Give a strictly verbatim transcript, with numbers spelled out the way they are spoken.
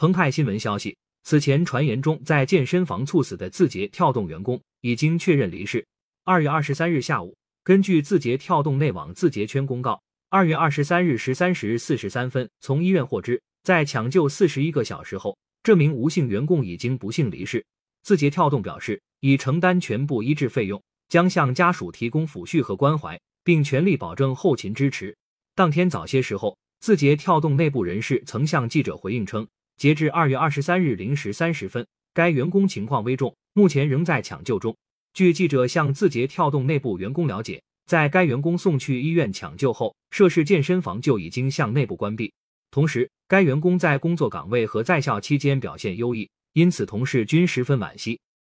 澎湃新闻消息，此前传言中在健身房猝死的字节跳动员工已经确认离世。二月二十三日下午，根据字节跳动内网字节圈公告，二月二十三日十三时四十三分从医院获知，在抢救四十一个小时后，这名吴姓员工已经不幸离世。字节跳动表示，已承担全部医治费用，将向家属提供抚恤和关怀，并全力保证后勤支持。当天早些时候，字节跳动内部人士曾向记者回应称，截至二月二十三日零时三十分，该员工情况危重，目前仍在抢救中。据记者向字节跳动内部员工了解，在该员工送去医院抢救后，涉事健身房就已经向内部关闭。同时，该员工在工作岗位和在校期间表现优异，因此同事均十分惋惜。